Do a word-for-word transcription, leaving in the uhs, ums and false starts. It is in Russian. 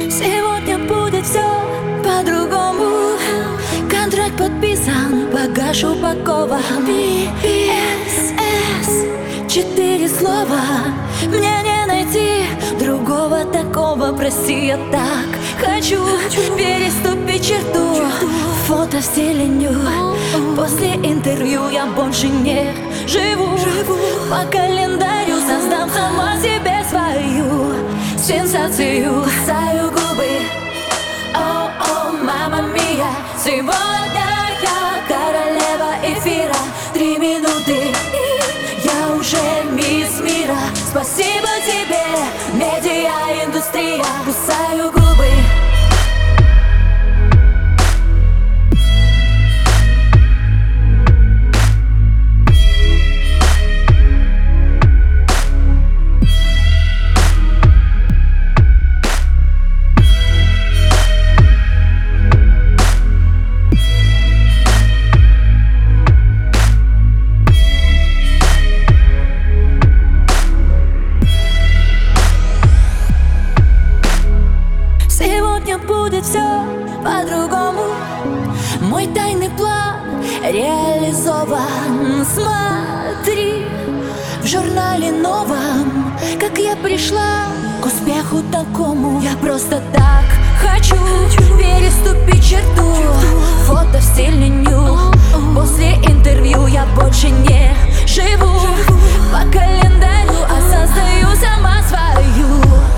Сегодня будет все по-другому. Контракт подписан, багаж упакован. Пи эс эс, четыре слова. Мне не найти другого такого. Прости, я так хочу переступить черту. Фото в стиле ню. После интервью я больше не живу. По календарю создам сама себе свою сенсацию. Кусаю губы, о-о, мама мия. Сегодня я королева эфира. Три минуты, я уже мисс мира. Спасибо тебе, медиа-индустрия. Кусаю губы. Сегодня будет все по-другому. Мой тайный план реализован. Смотри в журнале новом, как я пришла к успеху такому. Я просто так хочу переступить черту. Фото в стиле ню. После интервью я больше не живу. По календарю, а создаю сама свою